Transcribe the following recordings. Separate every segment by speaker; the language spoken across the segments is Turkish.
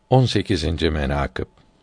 Speaker 1: 18. menakıb.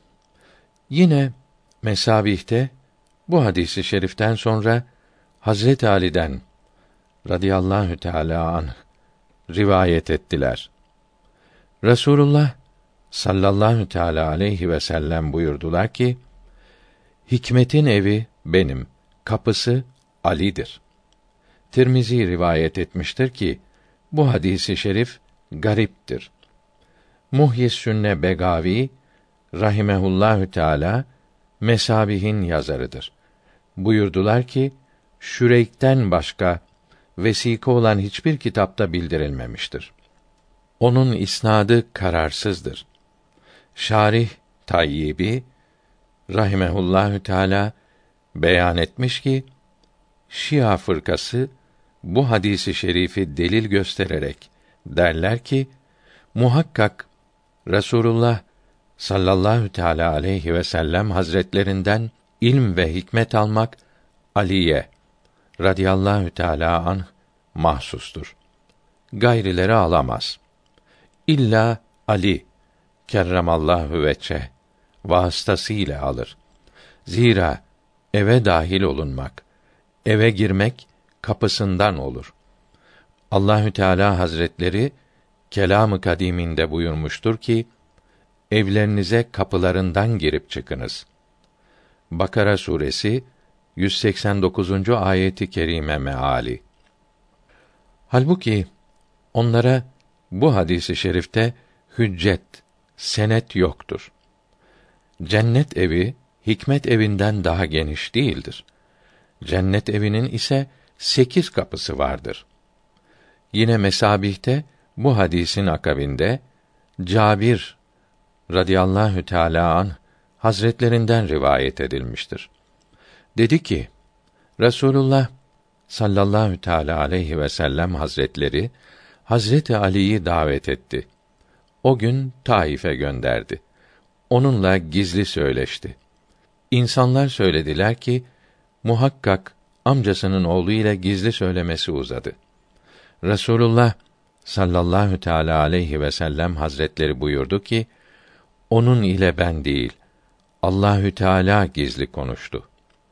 Speaker 1: Yine Mesabih'te bu hadisi şeriften sonra Hazret Ali'den radıyallahu teâlâ anh rivayet ettiler. Resulullah sallallahu teâlâ aleyhi ve sellem buyurdular ki: Hikmetin evi benim, kapısı Ali'dir. Tirmizi rivayet etmiştir ki bu hadisi şerif gariptir. Muhyis Sünne Begavi rahimehullahü teâlâ Mesabih'in yazarıdır. Buyurdular ki Şüreyk'ten başka vesika olan hiçbir kitapta bildirilmemiştir. Onun isnadı kararsızdır. Şarih Tayyibi rahimehullahü teâlâ beyan etmiş ki Şia fırkası bu hadisi şerifi delil göstererek derler ki muhakkak Resulullah sallallahu teâlâ aleyhi ve sellem hazretlerinden ilm ve hikmet almak Ali'ye radıyallahu teâlâ anh mahsustur. Gayrileri alamaz. İlla Ali kerremallahu veçhe vasıtasıyla alır. Zira eve dahil olunmak, eve girmek kapısından olur. Allahü Teala Hazretleri Kelam-ı Kadîm'inde buyurmuştur ki evlerinize kapılarından girip çıkınız. Bakara suresi 189. ayeti kerime meali. Halbuki onlara bu hadisi şerifte hüccet, senet yoktur. Cennet evi hikmet evinden daha geniş değildir. Cennet evinin ise 8 kapısı vardır. Yine Mesabih'te bu hadisin akabinde Cabir radıyallahu teâlâ anh hazretlerinden rivayet edilmiştir. Dedi ki Resulullah sallallahu teâlâ aleyhi ve sellem hazretleri Hazreti Ali'yi davet etti. O gün Taif'e gönderdi. Onunla gizli söyleşti. İnsanlar söylediler ki muhakkak amcasının oğlu ile gizli söylemesi uzadı. Resulullah sallallahu teâlâ aleyhi ve sellem hazretleri buyurdu ki onun ile ben değil Allahü Teala gizli konuştu.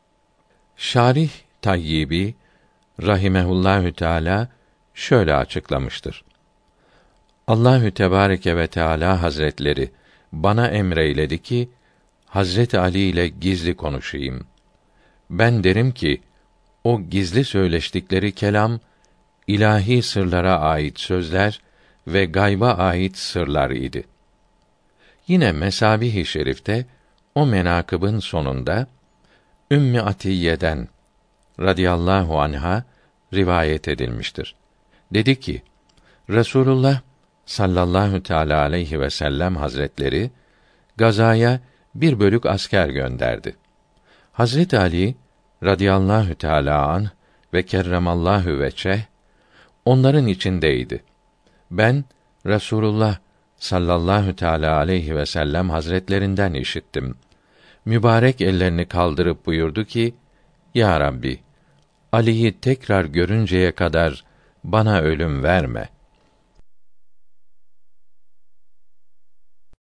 Speaker 1: Şarih Tayyibi rahimehullahü teâlâ şöyle açıklamıştır. Allahü Tebareke ve Teala Hazretleri bana emreyledi ki Hazreti Ali ile gizli konuşayım. Ben derim ki o gizli söyleştikleri kelam ilahi sırlara ait sözler ve gayba ait sırlar idi. Yine Mesabih-i Şerif'te o menakıbın sonunda Ümmü Atiyye'den radıyallahu anha rivayet edilmiştir. Dedi ki Resulullah sallallahu teâlâ aleyhi ve sellem hazretleri gazaya bir bölük asker gönderdi. Hazret Ali radıyallahu teâlâ anh ve kerremallahu veçeh onların içindeydi. Ben Resulullah sallallahu teâlâ aleyhi ve sellem hazretlerinden işittim. Mübarek ellerini kaldırıp buyurdu ki: Ya Rabbi, Ali'yi tekrar görünceye kadar bana ölüm verme.